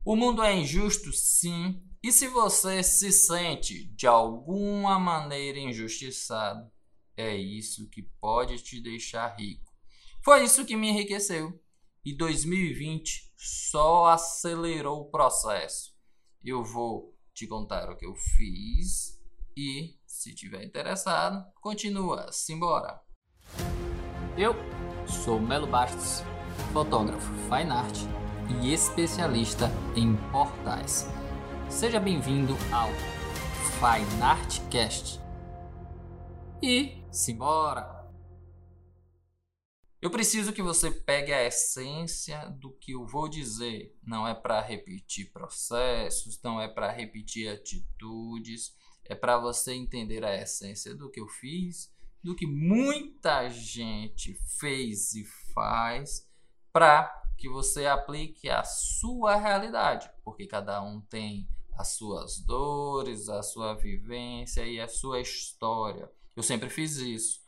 O mundo é injusto, sim. E se você se sente de alguma maneira injustiçado, é isso que pode te deixar rico. Foi isso que me enriqueceu. E 2020 só acelerou o processo. Eu vou te contar o que eu fiz e, se tiver interessado, continua. Simbora! Eu sou Melo Bastos, fotógrafo fine art e especialista em portais. Seja bem-vindo ao Fine Art Cast. E simbora! Eu preciso que você pegue a essência do que eu vou dizer. Não é para repetir processos, não é para repetir atitudes, é para você entender a essência do que eu fiz, do que muita gente fez e faz, para que você aplique a sua realidade, porque cada um tem as suas dores, a sua vivência e a sua história. Eu sempre fiz isso.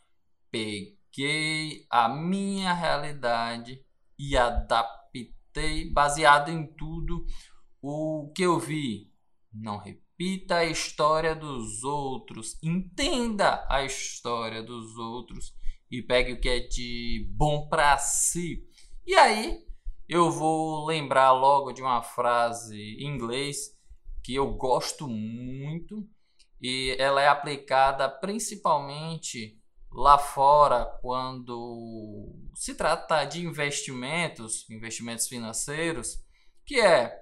Peguei a minha realidade e adaptei baseado em tudo o que eu vi. Não repita a história dos outros, entenda a história dos outros e pegue o que é de bom para si. E aí eu vou lembrar logo de uma frase em inglês que eu gosto muito e ela é aplicada principalmente lá fora quando se trata de investimentos financeiros, que é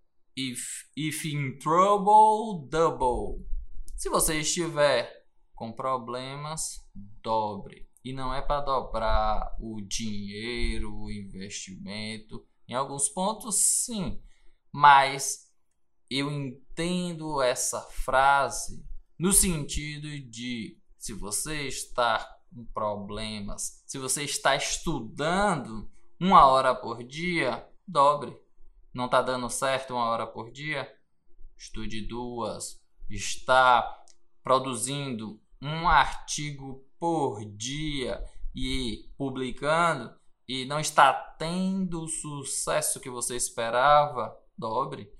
if in trouble, double. Se você estiver com problemas, dobre. E não é para dobrar o dinheiro, o investimento. Em alguns pontos, sim. Mas eu entendo essa frase no sentido de se você está com problemas, se você está estudando 1 hora por dia, dobre. Não está dando certo 1 hora por dia? Estude 2. Está produzindo um artigo por dia e publicando e não está tendo o sucesso que você esperava? Dobre.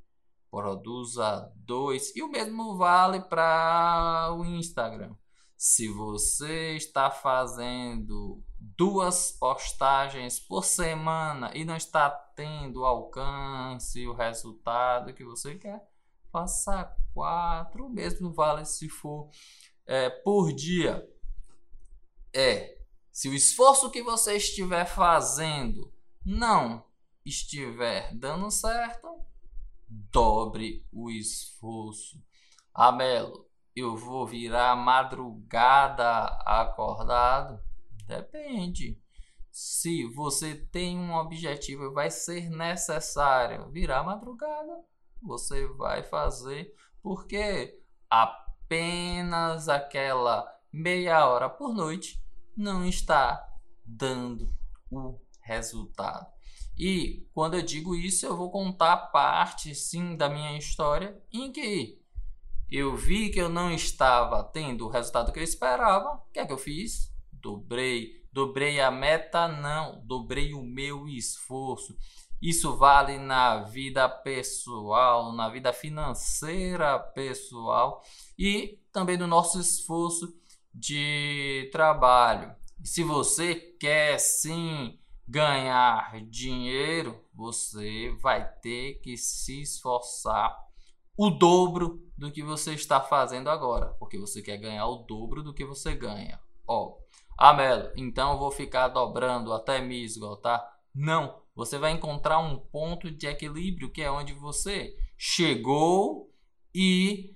Produza 2. E o mesmo vale para o Instagram. Se você está fazendo 2 postagens por semana e não está tendo o alcance, o resultado que você quer, faça 4. O mesmo vale se for por dia. Se o esforço que você estiver fazendo não estiver dando certo, dobre o esforço. Melo, eu vou virar madrugada acordado? Depende. Se você tem um objetivo e vai ser necessário virar madrugada, você vai fazer, porque apenas aquela meia hora por noite não está dando o resultado. E quando eu digo isso, eu vou contar parte, sim, da minha história em que eu vi que eu não estava tendo o resultado que eu esperava. O que é que eu fiz? Dobrei a meta, não, dobrei o meu esforço. Isso vale na vida pessoal, na vida financeira pessoal e também no nosso esforço de trabalho. E se você quer sim ganhar dinheiro, você vai ter que se esforçar o dobro do que você está fazendo agora, porque você quer ganhar o dobro do que você ganha. Melo, então eu vou ficar dobrando até me esgotar? Não, você vai encontrar um ponto de equilíbrio que é onde você chegou e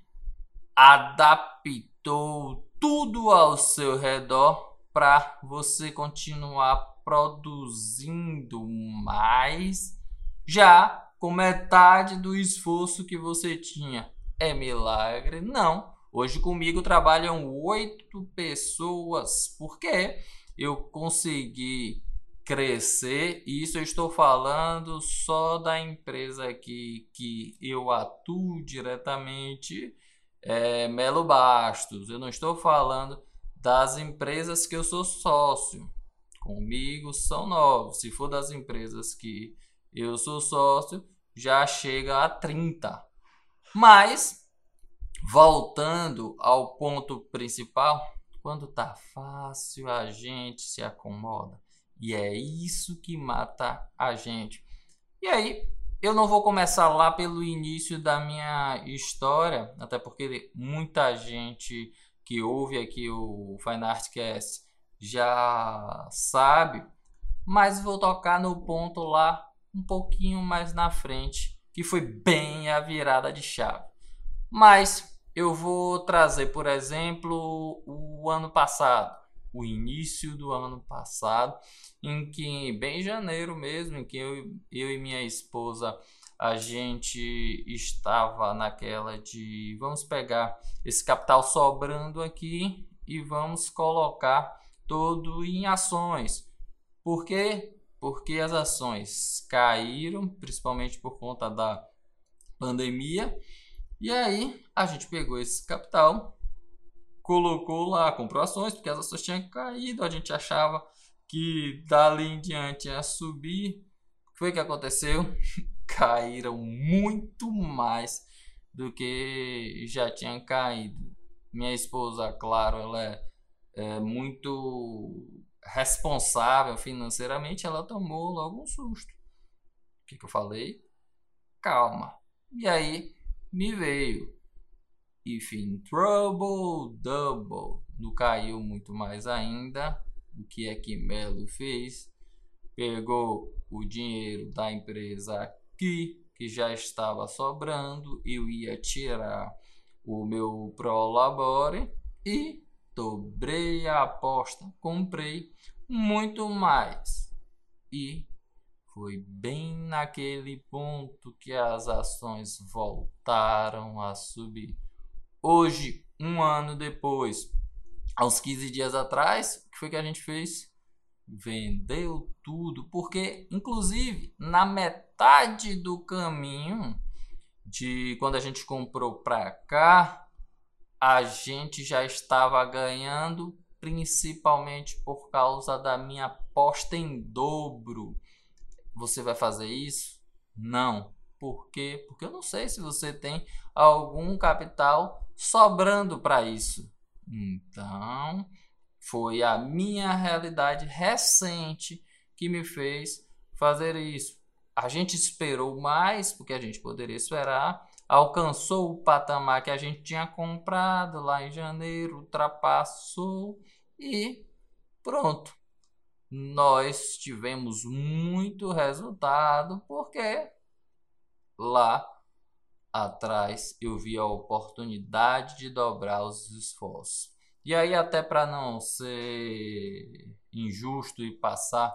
adaptou tudo ao seu redor para você continuar produzindo mais, já com metade do esforço que você tinha. É milagre? Não. Hoje comigo trabalham 8 pessoas, porque eu consegui crescer, e isso eu estou falando só da empresa aqui que eu atuo diretamente, Melo Bastos. Eu não estou falando das empresas que eu sou sócio. Comigo são 9. Se for das empresas que eu sou sócio, já chega a 30. Mas, voltando ao ponto principal, quando tá fácil, a gente se acomoda. E é isso que mata a gente. E aí, eu não vou começar lá pelo início da minha história, até porque muita gente que ouve aqui o Fine Artcast já sabe, mas vou tocar no ponto lá um pouquinho mais na frente, que foi bem a virada de chave. Mas eu vou trazer, por exemplo, o ano passado, o início do ano passado, em que, bem em janeiro mesmo, em que eu e minha esposa, a gente estava naquela de vamos pegar esse capital sobrando aqui e vamos colocar todo em ações. Por quê? Porque as ações caíram, principalmente por conta da pandemia. E aí a gente pegou esse capital, colocou lá, comprou ações, porque as ações tinham caído, a gente achava que dali em diante ia subir. O que foi que aconteceu? Caíram muito mais do que já tinham caído. Minha esposa, claro, ela é muito responsável financeiramente, ela tomou logo um susto. O que eu falei? Calma. E aí me veio If in Trouble, Double. Não caiu muito mais ainda. O que é que Melo fez? Pegou o dinheiro da empresa aqui, que já estava sobrando, eu ia tirar o meu Prolabore e dobrei a aposta. Comprei muito mais. E foi bem naquele ponto que as ações voltaram a subir. Hoje, um ano depois, aos 15 dias atrás, o que foi que a gente fez? Vendeu tudo, porque inclusive na metade do caminho de quando a gente comprou para cá, a gente já estava ganhando, principalmente por causa da minha aposta em dobro. Você vai fazer isso? Não. Por quê? Porque eu não sei se você tem algum capital sobrando para isso. Então, foi a minha realidade recente que me fez fazer isso. A gente esperou mais, porque a gente poderia esperar, alcançou o patamar que a gente tinha comprado lá em janeiro, ultrapassou e pronto. Nós tivemos muito resultado porque lá atrás eu vi a oportunidade de dobrar os esforços. E aí, até para não ser injusto e passar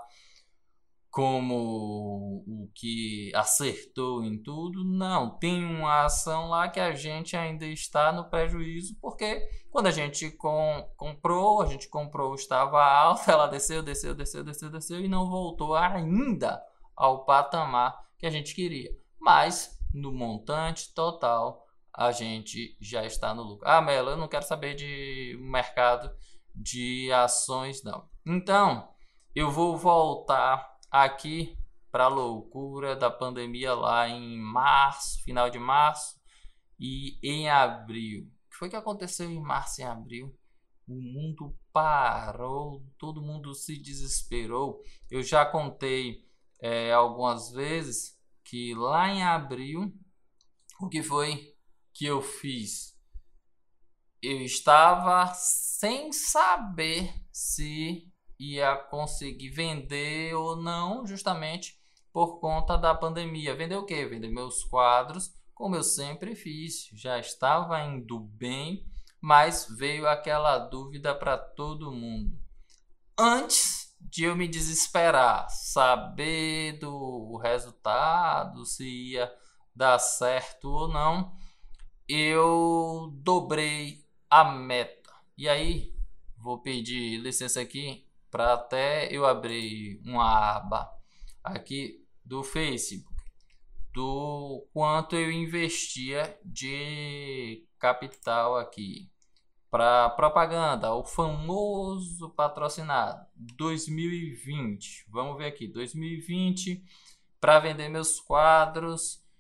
como o que acertou em tudo, não, tem uma ação lá que a gente ainda está no prejuízo, porque quando a gente comprou, estava alta, ela desceu, desceu, desceu, desceu, desceu e não voltou ainda ao patamar que a gente queria. Mas no montante total, a gente já está no lucro. Ah, Melo, eu não quero saber de mercado de ações, não. Então, eu vou voltar aqui para a loucura da pandemia lá em março, final de março e em abril. O que foi que aconteceu em março e abril? O mundo parou, todo mundo se desesperou. Eu já contei algumas vezes que lá em abril, o que foi que eu fiz? Eu estava sem saber se ia conseguir vender ou não, justamente por conta da pandemia. Vender o quê? Vender meus quadros, como eu sempre fiz. Já estava indo bem, mas veio aquela dúvida para todo mundo. Antes de eu me desesperar, saber do resultado, se ia dar certo ou não, eu dobrei a meta. E aí, vou pedir licença aqui para até eu abrir uma aba aqui do Facebook do quanto eu investia de capital aqui para propaganda, o famoso patrocinado 2020. Vamos ver aqui, 2020 para vender meus quadros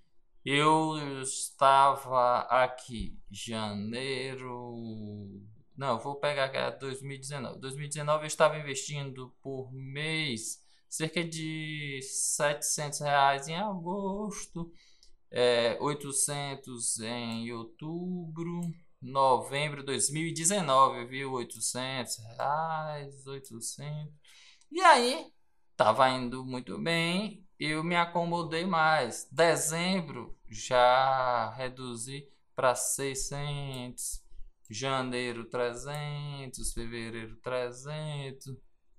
Eu estava aqui, janeiro. Não, vou pegar aqui 2019. 2019 eu estava investindo por mês cerca de R$ 700 em agosto, 800 em outubro, novembro de 2019, viu? R$ 800, 800. E aí, tava indo muito bem, eu me acomodei mais. Dezembro já reduzi para 600, janeiro 300, fevereiro 300,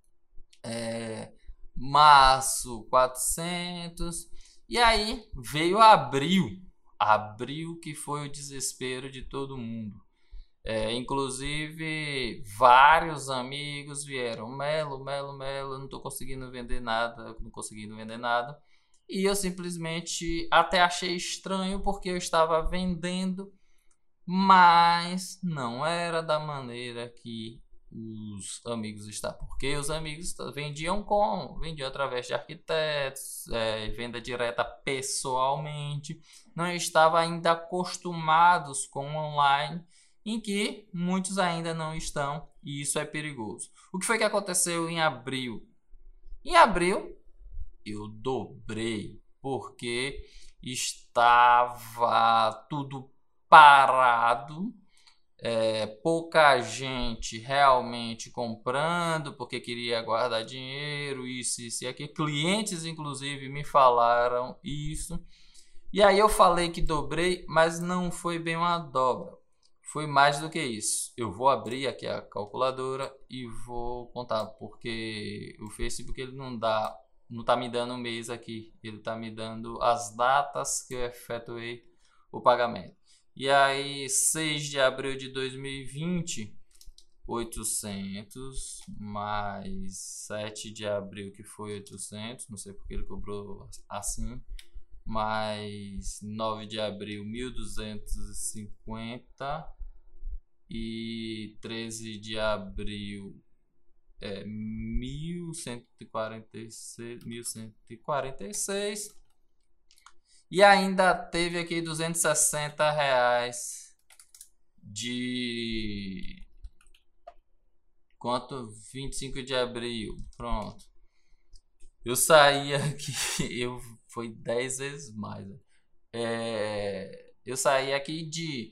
março 400. E aí veio abril. Abril que foi o desespero de todo mundo. Inclusive, vários amigos vieram, Melo, Melo, Melo, eu não estou conseguindo vender nada, não conseguindo vender nada. E eu simplesmente até achei estranho porque eu estava vendendo, mas não era da maneira que os amigos estavam. Porque os amigos vendiam como? Vendiam através de arquitetos, venda direta pessoalmente, não estavam ainda acostumados com o online, em que muitos ainda não estão, e isso é perigoso. O que foi que aconteceu em abril? Em abril, eu dobrei, porque estava tudo parado, pouca gente realmente comprando porque queria guardar dinheiro, isso e aquilo. Clientes, inclusive, me falaram isso. E aí eu falei que dobrei, mas não foi bem uma dobra. Foi mais do que isso. Eu vou abrir aqui a calculadora e vou contar, porque o Facebook ele não tá me dando o mês aqui, ele tá me dando as datas que eu efetuei o pagamento. E aí, 6 de abril de 2020, 800 mais 7 de abril que foi 800, não sei porque ele cobrou assim, mais 9 de abril 1.250 e 13 de abril 1.146, 1.146. E ainda teve aqui R$ 260 de quanto? 25 de abril. Pronto. Eu saí aqui, eu foi 10 vezes mais. Eu saí aqui de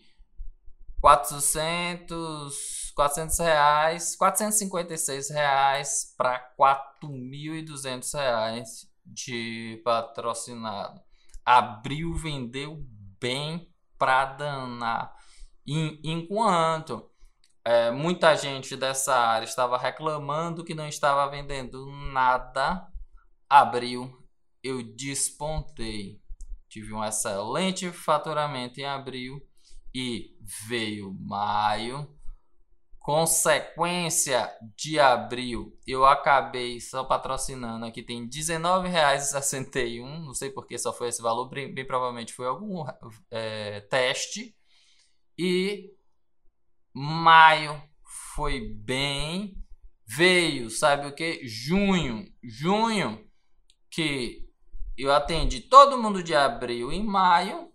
R$ 400 R$ 456 para R$ 4.200 de patrocinado. Abril vendeu bem pra danar. Enquanto muita gente dessa área estava reclamando que não estava vendendo nada, abril eu despontei. Tive um excelente faturamento em abril e veio maio. Consequência de abril, eu acabei só patrocinando aqui, tem R$ 19,61. Não sei porque só foi esse valor, bem provavelmente foi algum teste. E maio foi bem. Veio, sabe o que? Junho, que eu atendi todo mundo de abril e maio.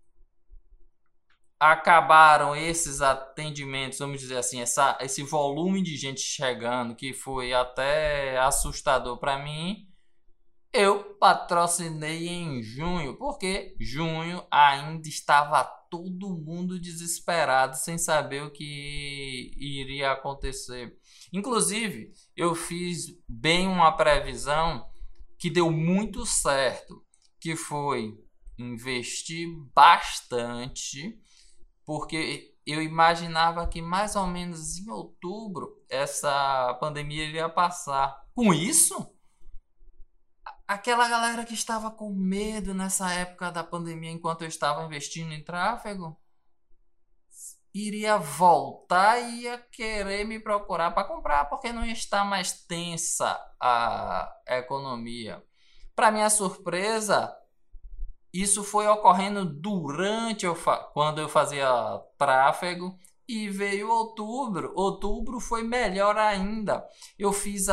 Acabaram esses atendimentos, vamos dizer assim, esse volume de gente chegando, que foi até assustador para mim. Eu patrocinei em junho, porque junho ainda estava todo mundo desesperado, sem saber o que iria acontecer. Inclusive, eu fiz bem uma previsão que deu muito certo, que foi investir bastante, porque eu imaginava que mais ou menos em outubro essa pandemia iria passar. Com isso, aquela galera que estava com medo nessa época da pandemia, enquanto eu estava investindo em tráfego, iria voltar e ia querer me procurar para comprar, porque não está mais tensa a economia. Para minha surpresa, isso foi ocorrendo durante quando eu fazia tráfego, e veio outubro. Outubro foi melhor ainda. Eu fiz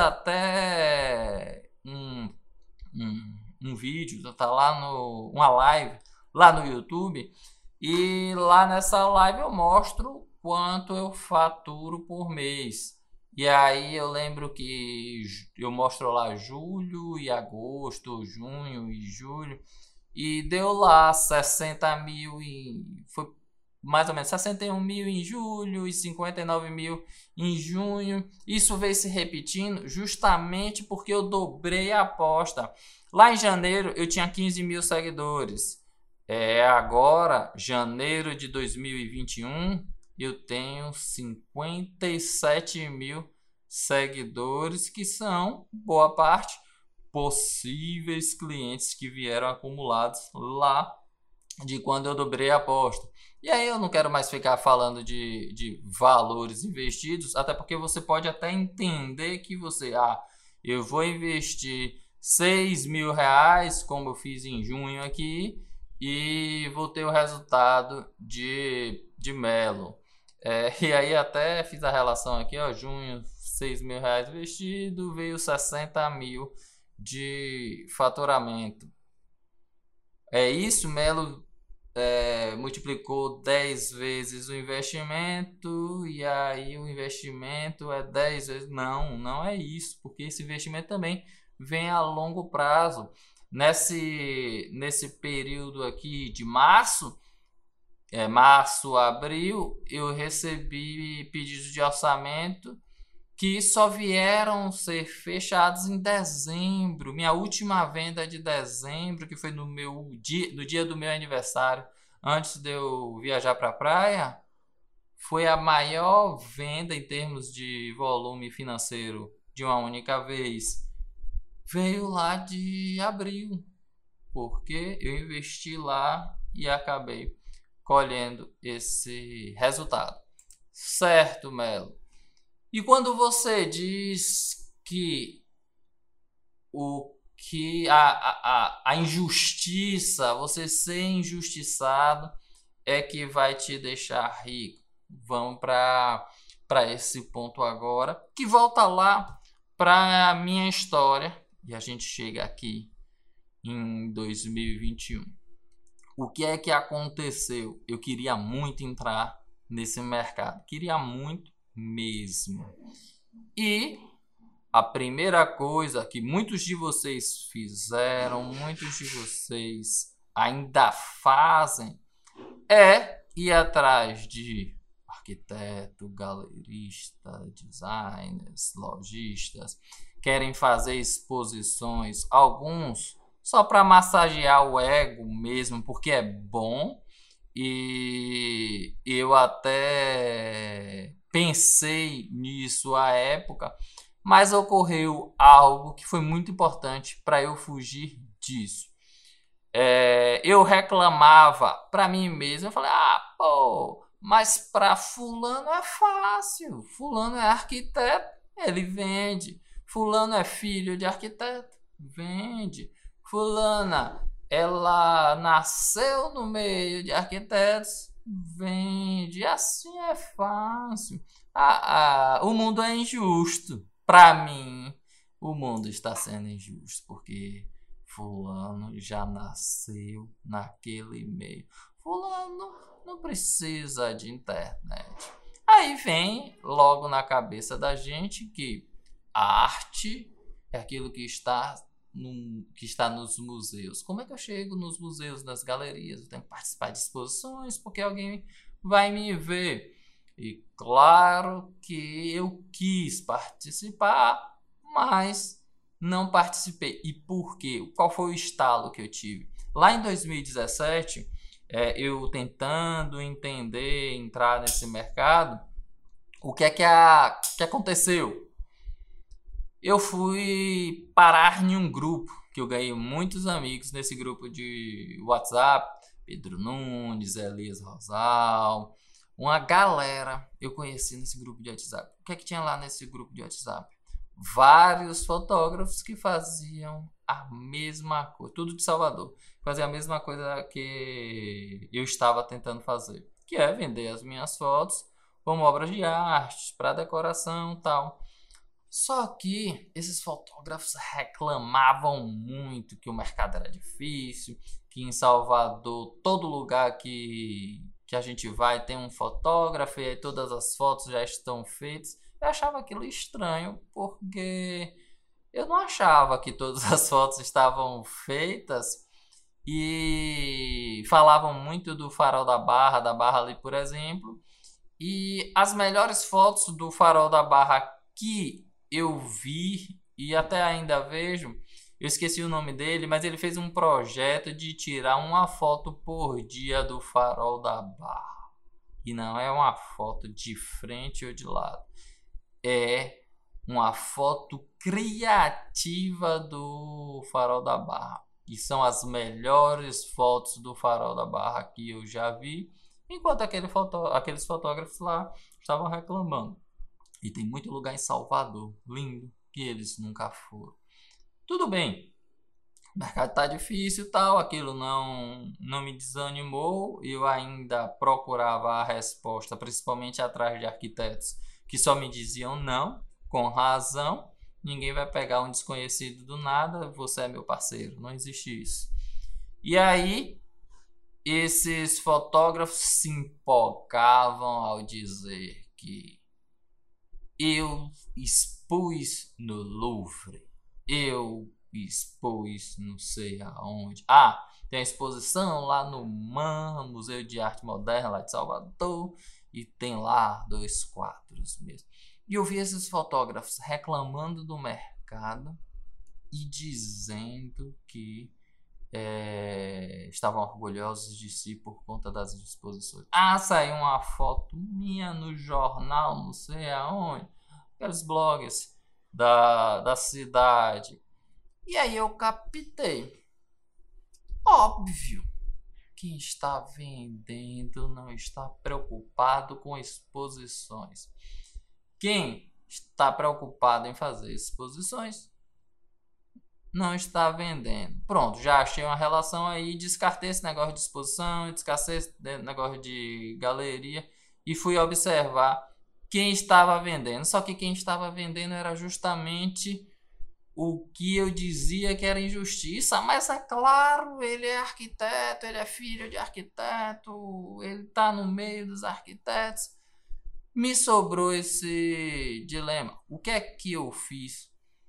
até um vídeo, tá lá no uma live lá no YouTube. E lá nessa live eu mostro quanto eu faturo por mês. E aí eu lembro que eu mostro lá julho e agosto, junho e julho. E deu lá 60 mil foi mais ou menos 61 mil em julho e 59 mil em junho. Isso veio se repetindo justamente porque eu dobrei a aposta. Lá em janeiro eu tinha 15 mil seguidores. Agora, janeiro de 2021, eu tenho 57 mil seguidores, que são, boa parte, possíveis clientes que vieram acumulados lá de quando eu dobrei a aposta. E aí eu não quero mais ficar falando de valores investidos, até porque você pode até entender que eu vou investir 6 mil reais, como eu fiz em junho aqui, e vou ter o resultado de Melo. E aí até fiz a relação aqui, ó, junho, 6 mil reais investido, veio 60 mil de faturamento. É isso, Melo multiplicou 10 vezes o investimento, e aí o investimento é 10 vezes. Não, não é isso, porque esse investimento também vem a longo prazo. Nesse período aqui de março, abril, eu recebi pedidos de orçamento que só vieram ser fechados em dezembro. Minha última venda de dezembro, que foi no dia do meu aniversário, antes de eu viajar para a praia, foi a maior venda em termos de volume financeiro de uma única vez. Veio lá de abril, porque eu investi lá e acabei colhendo esse resultado. Certo, Melo? E quando você diz que o que a injustiça, você ser injustiçado é que vai te deixar rico. Vamos para esse ponto agora, que volta lá para a minha história e a gente chega aqui em 2021. O que é que aconteceu? Eu queria muito entrar nesse mercado, queria muito mesmo. E a primeira coisa que muitos de vocês fizeram, muitos de vocês ainda fazem, é ir atrás de arquiteto, galerista, designers, lojistas, querem fazer exposições, alguns só para massagear o ego mesmo, porque é bom. E eu até pensei nisso à época, mas ocorreu algo que foi muito importante para eu fugir disso. Eu reclamava para mim mesmo, eu falei, pô, mas para fulano é fácil, fulano é arquiteto, ele vende, fulano é filho de arquiteto, vende, fulana, ela nasceu no meio de arquitetos, vende, assim é fácil. O mundo é injusto, para mim, o mundo está sendo injusto, porque fulano já nasceu naquele meio. Fulano não precisa de internet. Aí vem logo na cabeça da gente que a arte é aquilo que está nos museus. Como é que eu chego nos museus, nas galerias? Eu tenho que participar de exposições porque alguém vai me ver. E claro que eu quis participar, mas não participei. E por quê? Qual foi o estalo que eu tive? Lá em 2017, eu tentando entender, entrar nesse mercado, o que é que aconteceu? Eu fui parar em um grupo, que eu ganhei muitos amigos nesse grupo de WhatsApp, Pedro Nunes, Elias Rosal, uma galera eu conheci nesse grupo de WhatsApp. O que é que tinha lá nesse grupo de WhatsApp? Vários fotógrafos que faziam a mesma coisa, tudo de Salvador, faziam a mesma coisa que eu estava tentando fazer, que é vender as minhas fotos como obras de arte, para decoração e tal. Só que esses fotógrafos reclamavam muito que o mercado era difícil, que em Salvador, todo lugar que a gente vai tem um fotógrafo e aí todas as fotos já estão feitas. Eu achava aquilo estranho, porque eu não achava que todas as fotos estavam feitas e falavam muito do Farol da Barra ali, por exemplo. E as melhores fotos do Farol da Barra que eu vi e até ainda vejo, eu esqueci o nome dele, mas ele fez um projeto de tirar uma foto por dia do Farol da Barra. E não é uma foto de frente ou de lado, é uma foto criativa do Farol da Barra. E são as melhores fotos do Farol da Barra que eu já vi, enquanto aqueles fotógrafos lá estavam reclamando. E tem muito lugar em Salvador, lindo, que eles nunca foram. Tudo bem, o mercado tá difícil e tal, aquilo não me desanimou. Eu ainda procurava a resposta, principalmente atrás de arquitetos que só me diziam não, com razão. Ninguém vai pegar um desconhecido do nada, você é meu parceiro, não existe isso. E aí, esses fotógrafos se empolgavam ao dizer que eu expus no Louvre, eu expus não sei aonde. Ah, tem a exposição lá no MAM, Museu de Arte Moderna lá de Salvador, e tem lá 2 quadros mesmo. E eu vi esses fotógrafos reclamando do mercado e dizendo que estavam orgulhosos de si por conta das exposições. Ah, saiu uma foto minha no jornal, não sei aonde, aqueles blogs da cidade. E aí eu captei. Óbvio, quem está vendendo não está preocupado com exposições. Quem está preocupado em fazer exposições não está vendendo. Pronto, já achei uma relação aí, descartei esse negócio de exposição, descartei esse negócio de galeria e fui observar quem estava vendendo. Só que quem estava vendendo era justamente o que eu dizia que era injustiça, mas é claro, ele é arquiteto, ele é filho de arquiteto, ele está no meio dos arquitetos. Me sobrou esse dilema. O que é que eu fiz?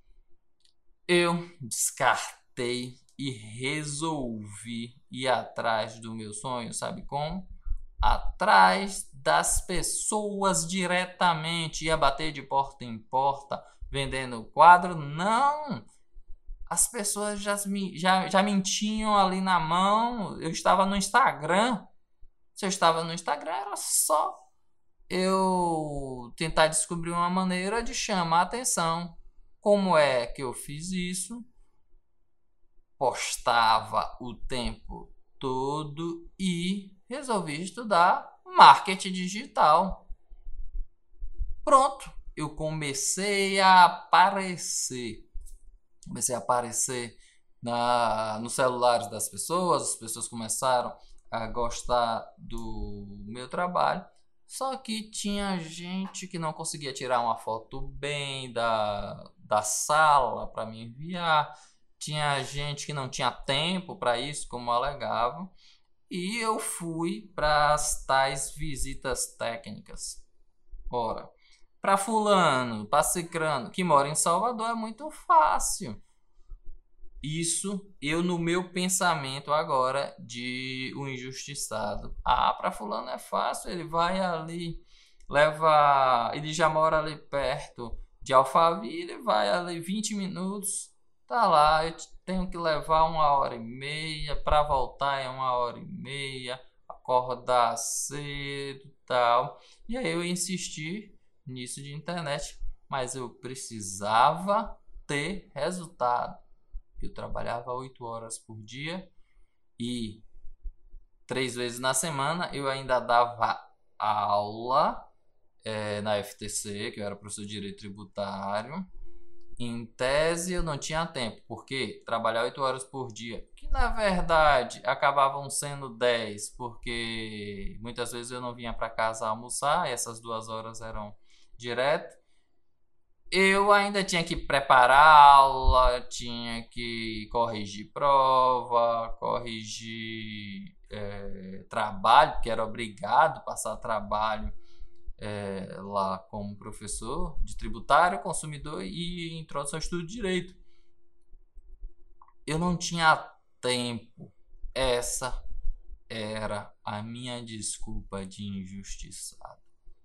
Eu descartei e resolvi ir atrás do meu sonho, sabe como? Atrás das pessoas diretamente, ia bater de porta em porta vendendo quadro. Não! As pessoas já me tinham ali na mão. Eu estava no Instagram. Se eu estava no Instagram, era só eu tentar descobrir uma maneira de chamar a atenção. Como é que eu fiz isso? Postava o tempo todo e resolvi estudar marketing digital. Pronto, eu comecei a aparecer. Comecei a aparecer nos celulares das pessoas, as pessoas começaram a gostar do meu trabalho. Só que tinha gente que não conseguia tirar uma foto bem da sala para me enviar. Tinha gente que não tinha tempo para isso, como alegavam. E eu fui para as tais visitas técnicas. Ora, para fulano, para cicrano, que mora em Salvador, é muito fácil. Isso eu no meu pensamento agora de um injustiçado. Ah, para fulano é fácil, ele vai ali, ele já mora ali perto de Alphaville, ele vai ali 20 minutos, tá lá, eu tenho que levar 1h30, para voltar é 1h30, acordar cedo, tal. E aí eu insisti nisso de internet, mas eu precisava ter resultado. Eu trabalhava 8 horas por dia e 3 vezes na semana eu ainda dava aula na FTC, que eu era professor de Direito Tributário. Em tese eu não tinha tempo, porque trabalhar 8 horas por dia, que na verdade acabavam sendo 10, porque muitas vezes eu não vinha para casa almoçar e essas 2 horas eram direto. eu ainda tinha que preparar aula, tinha que corrigir prova, corrigir trabalho, porque era obrigado a passar trabalho lá como professor de tributário, consumidor e introdução ao estudo de direito. Eu não tinha tempo. Essa era a minha desculpa de injustiçado.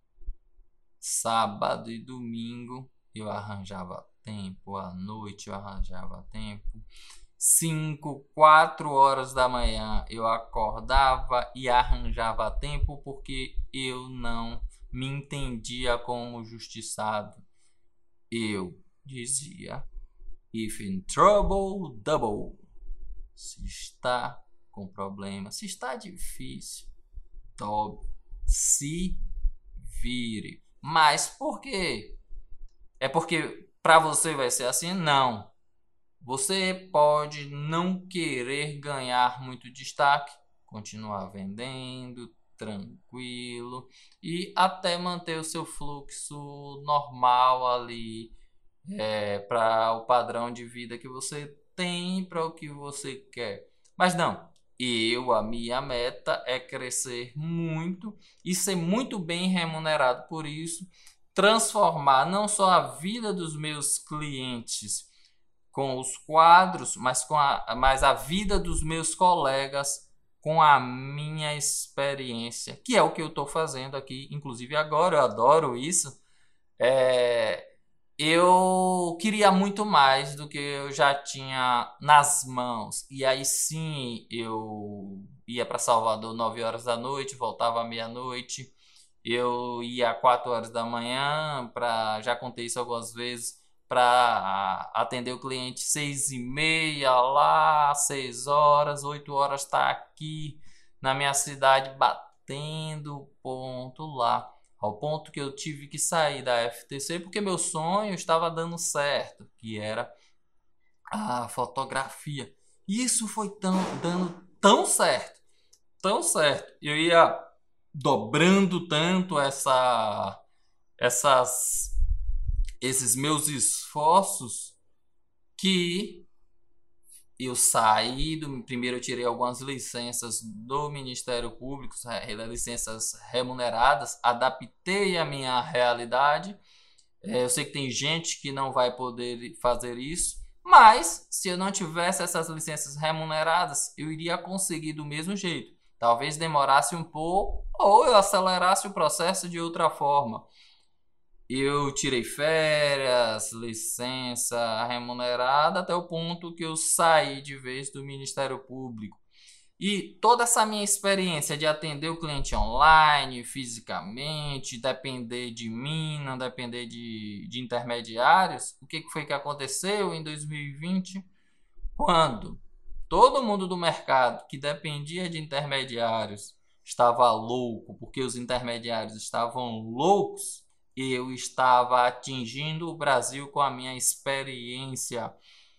Sábado e domingo eu arranjava tempo, à noite eu arranjava tempo. 5, 4 horas da manhã eu acordava e arranjava tempo porque eu não me entendia como justiçado. Eu dizia: if in trouble, double. Se está com problema, se está difícil, dobre. Se vire. Mas por quê? É porque para você vai ser assim? Não. Você pode não querer ganhar muito destaque, continuar vendendo, tranquilo e até manter o seu fluxo normal ali para o padrão de vida que você tem, para o que você quer. Mas não, a minha meta é crescer muito e ser muito bem remunerado por isso, transformar não só a vida dos meus clientes com os quadros, mas a vida dos meus colegas com a minha experiência, que é o que eu estou fazendo aqui, inclusive agora, eu adoro isso. É, eu queria muito mais do que eu já tinha nas mãos. E aí sim, eu ia para Salvador 9 horas da noite, voltava à meia-noite. Eu ia 4 horas da manhã, já contei isso algumas vezes, para atender o cliente 6h30 lá, 6 horas, 8 horas está aqui na minha cidade batendo ponto lá. Ao ponto que eu tive que sair da FTC porque meu sonho estava dando certo, que era a fotografia. E isso foi dando tão certo. Eu ia dobrando tanto essas, esses meus esforços que eu saí primeiro eu tirei algumas licenças do Ministério Público, licenças remuneradas, adaptei a minha realidade. Eu sei que tem gente que não vai poder fazer isso, mas se eu não tivesse essas licenças remuneradas, eu iria conseguir do mesmo jeito. Talvez demorasse um pouco ou eu acelerasse o processo de outra forma. Eu tirei férias, licença remunerada, até o ponto que eu saí de vez do Ministério Público. E toda essa minha experiência de atender o cliente online, fisicamente, depender de mim, não depender de intermediários, o que foi que aconteceu em 2020? Quando todo mundo do mercado que dependia de intermediários estava louco, porque os intermediários estavam loucos, eu estava atingindo o Brasil com a minha experiência.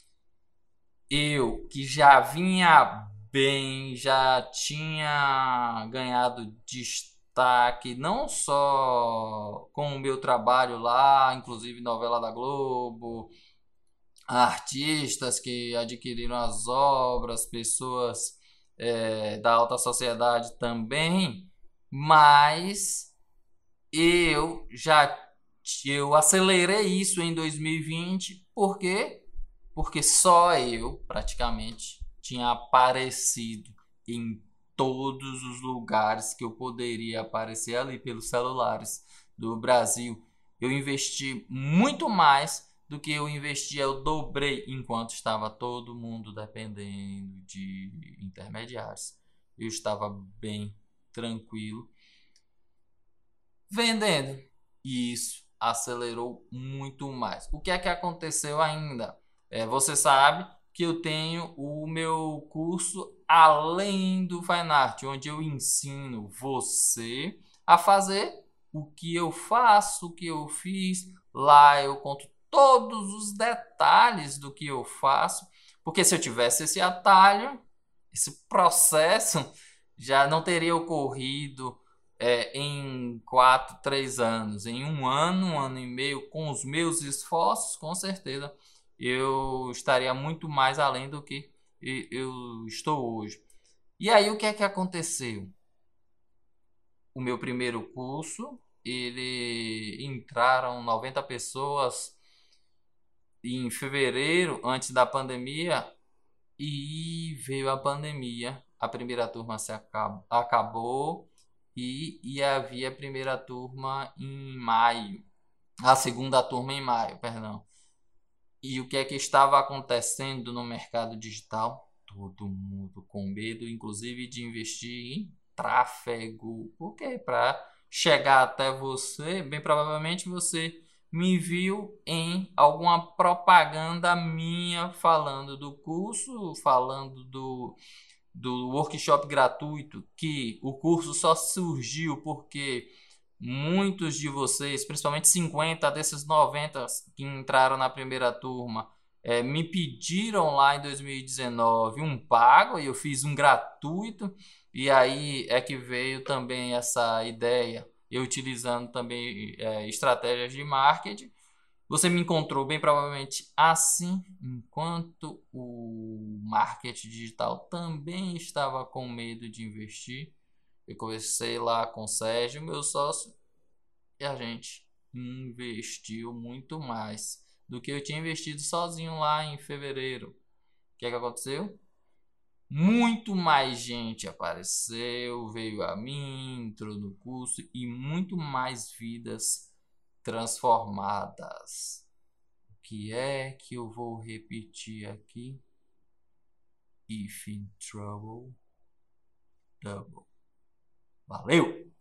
Eu que já vinha bem, já tinha ganhado destaque, não só com o meu trabalho lá, inclusive novela da Globo, artistas que adquiriram as obras, pessoas da alta sociedade também, mas eu já eu acelerei isso em 2020, por quê? Porque só eu praticamente tinha aparecido em todos os lugares que eu poderia aparecer ali pelos celulares do Brasil. Eu investi muito mais do que eu investia, eu dobrei enquanto estava todo mundo dependendo de intermediários. Eu estava bem tranquilo vendendo. E isso acelerou muito mais. O que é que aconteceu ainda? Você sabe que eu tenho o meu curso Além do Fine Art, onde eu ensino você a fazer o que eu faço, o que eu fiz. Lá eu conto todos os detalhes do que eu faço, porque se eu tivesse esse atalho, esse processo já não teria ocorrido em 4, 3 anos, em um ano e meio, com os meus esforços, com certeza eu estaria muito mais além do que eu estou hoje. E aí, o que é que aconteceu? O meu primeiro curso, ele entraram 90 pessoas em fevereiro, antes da pandemia, e veio a pandemia. A primeira turma acabou e havia a primeira turma em maio. A segunda turma em maio, perdão. E o que é que estava acontecendo no mercado digital? Todo mundo com medo, inclusive de investir em tráfego. Por quê? Para chegar até você, bem provavelmente você me viu em alguma propaganda minha falando do curso, falando do workshop gratuito, que o curso só surgiu porque muitos de vocês, principalmente 50 desses 90 que entraram na primeira turma, me pediram lá em 2019 um pago e eu fiz um gratuito. E aí é que veio também essa ideia, eu utilizando também estratégias de marketing. Você me encontrou bem provavelmente assim, enquanto o marketing digital também estava com medo de investir. Eu conversei lá com o Sérgio, meu sócio, e a gente investiu muito mais do que eu tinha investido sozinho lá em fevereiro. O que é que aconteceu? Muito mais gente apareceu, veio a mim, entrou no curso e muito mais vidas transformadas. O que é que eu vou repetir aqui? If in trouble, double. Valeu!